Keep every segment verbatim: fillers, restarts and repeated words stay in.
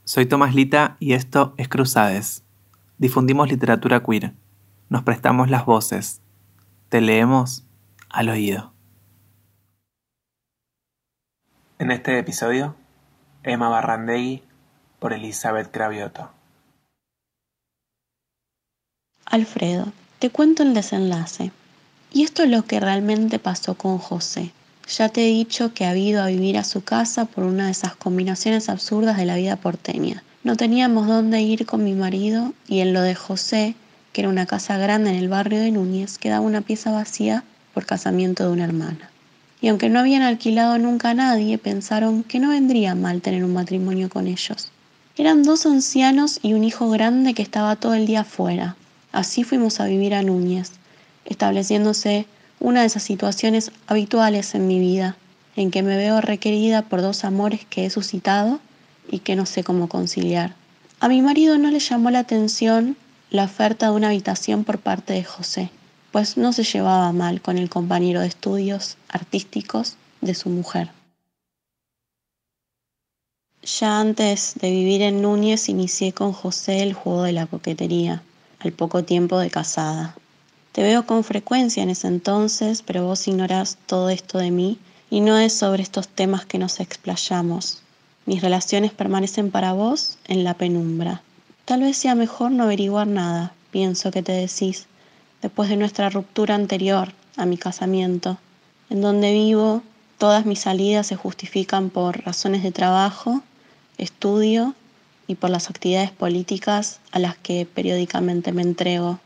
Soy Tomás Lita y esto es Cruzades. Difundimos literatura queer. Nos prestamos las voces. Te leemos al oído. En este episodio, Emma Barrandegui por Elizabeth Cravioto. Alfredo, te cuento el desenlace. Y esto es lo que realmente pasó con José. Ya te he dicho que ha ido a vivir a su casa por una de esas combinaciones absurdas de la vida porteña. No teníamos dónde ir con mi marido y en lo de José, que era una casa grande en el barrio de Núñez, quedaba una pieza vacía por casamiento de una hermana. Y aunque no habían alquilado nunca a nadie, pensaron que no vendría mal tener un matrimonio con ellos. Eran dos ancianos y un hijo grande que estaba todo el día afuera. Así fuimos a vivir a Núñez, estableciéndose una de esas situaciones habituales en mi vida, en que me veo requerida por dos amores que he suscitado y que no sé cómo conciliar. A mi marido no le llamó la atención la oferta de una habitación por parte de José, pues no se llevaba mal con el compañero de estudios artísticos de su mujer. Ya antes de vivir en Núñez inicié con José el juego de la coquetería, al poco tiempo de casada. Te veo con frecuencia en ese entonces, pero vos ignorás todo esto de mí y no es sobre estos temas que nos explayamos. Mis relaciones permanecen para vos en la penumbra. Tal vez sea mejor no averiguar nada, pienso que te decís, después de nuestra ruptura anterior a mi casamiento. En donde vivo, todas mis salidas se justifican por razones de trabajo, estudio y por las actividades políticas a las que periódicamente me entrego.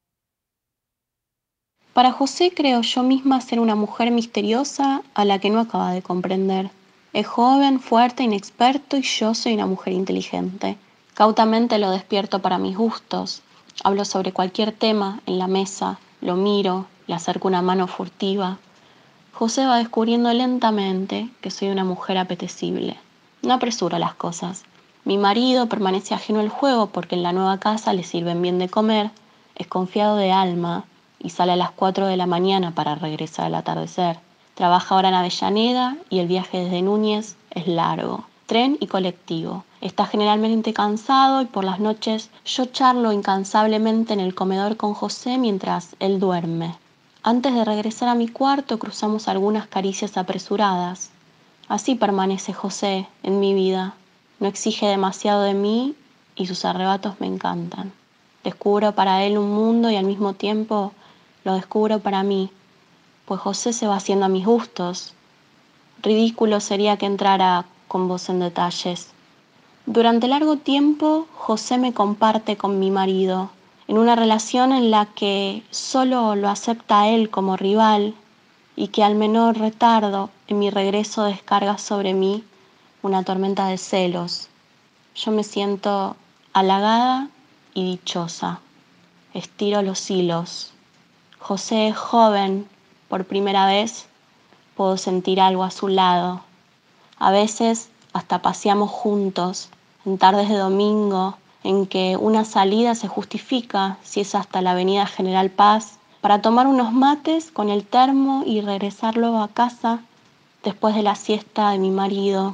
Para José creo yo misma ser una mujer misteriosa a la que no acaba de comprender. Es joven, fuerte, inexperto y yo soy una mujer inteligente. Cautamente lo despierto para mis gustos. Hablo sobre cualquier tema en la mesa, lo miro, le acerco una mano furtiva. José va descubriendo lentamente que soy una mujer apetecible. No apresuro las cosas. Mi marido permanece ajeno al juego porque en la nueva casa le sirven bien de comer, es confiado de alma y sale a las cuatro de la mañana para regresar al atardecer. Trabaja ahora en Avellaneda y el viaje desde Núñez es largo. Tren y colectivo. Está generalmente cansado y por las noches yo charlo incansablemente en el comedor con José mientras él duerme. Antes de regresar a mi cuarto cruzamos algunas caricias apresuradas. Así permanece José en mi vida. No exige demasiado de mí y sus arrebatos me encantan. Descubro para él un mundo y al mismo tiempo lo descubro para mí, pues José se va haciendo a mis gustos. Ridículo sería que entrara con vos en detalles. Durante largo tiempo José me comparte con mi marido, en una relación en la que solo lo acepta a él como rival y que al menor retardo en mi regreso descarga sobre mí una tormenta de celos. Yo me siento halagada y dichosa. Estiro los hilos. José es joven, por primera vez puedo sentir algo a su lado. A veces hasta paseamos juntos, en tardes de domingo, en que una salida se justifica si es hasta la avenida General Paz, para tomar unos mates con el termo y regresarlo a casa después de la siesta de mi marido.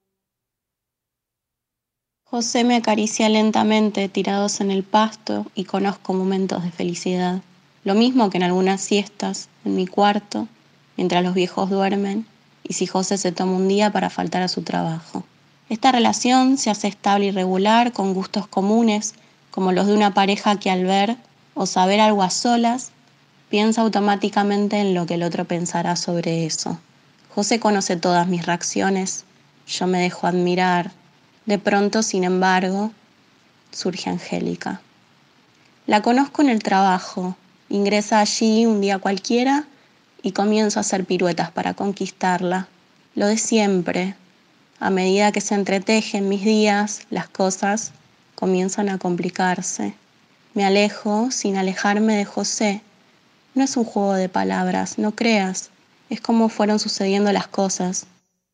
José me acaricia lentamente tirados en el pasto y conozco momentos de felicidad. Lo mismo que en algunas siestas en mi cuarto, mientras los viejos duermen y si José se toma un día para faltar a su trabajo. Esta relación se hace estable y regular con gustos comunes, como los de una pareja que al ver o saber algo a solas, piensa automáticamente en lo que el otro pensará sobre eso. José conoce todas mis reacciones, yo me dejo admirar. De pronto, sin embargo, surge Angélica. La conozco en el trabajo, ingresa allí un día cualquiera y comienzo a hacer piruetas para conquistarla. Lo de siempre. A medida que se entretejen mis días, las cosas comienzan a complicarse. Me alejo sin alejarme de José. No es un juego de palabras, no creas. Es como fueron sucediendo las cosas.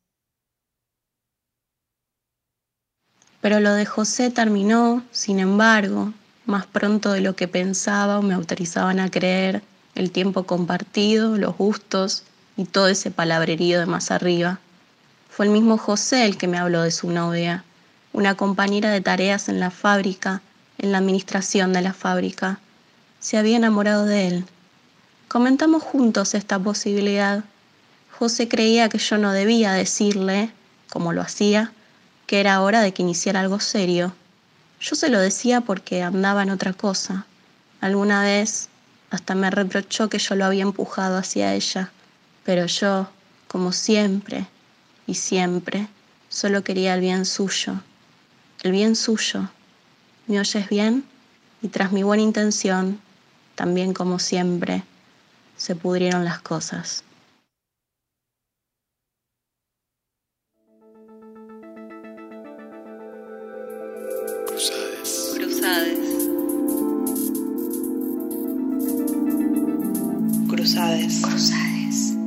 Pero lo de José terminó, sin embargo, más pronto de lo que pensaba o me autorizaban a creer, el tiempo compartido, los gustos y todo ese palabrerío de más arriba. Fue el mismo José el que me habló de su novia. una compañera de tareas en la fábrica, en la administración de la fábrica. Se había enamorado de él. Comentamos juntos esta posibilidad. José creía que yo no debía decirle, como lo hacía, que era hora de que iniciara algo serio. Yo se lo decía porque andaba en otra cosa. Alguna vez hasta me reprochó que yo lo había empujado hacia ella, pero yo, como siempre y siempre, solo quería el bien suyo. El bien suyo. ¿Me oyes bien? Y tras mi buena intención, también como siempre, se pudrieron las cosas. Cruzades. Cruzades. Cruzades. Cruzades.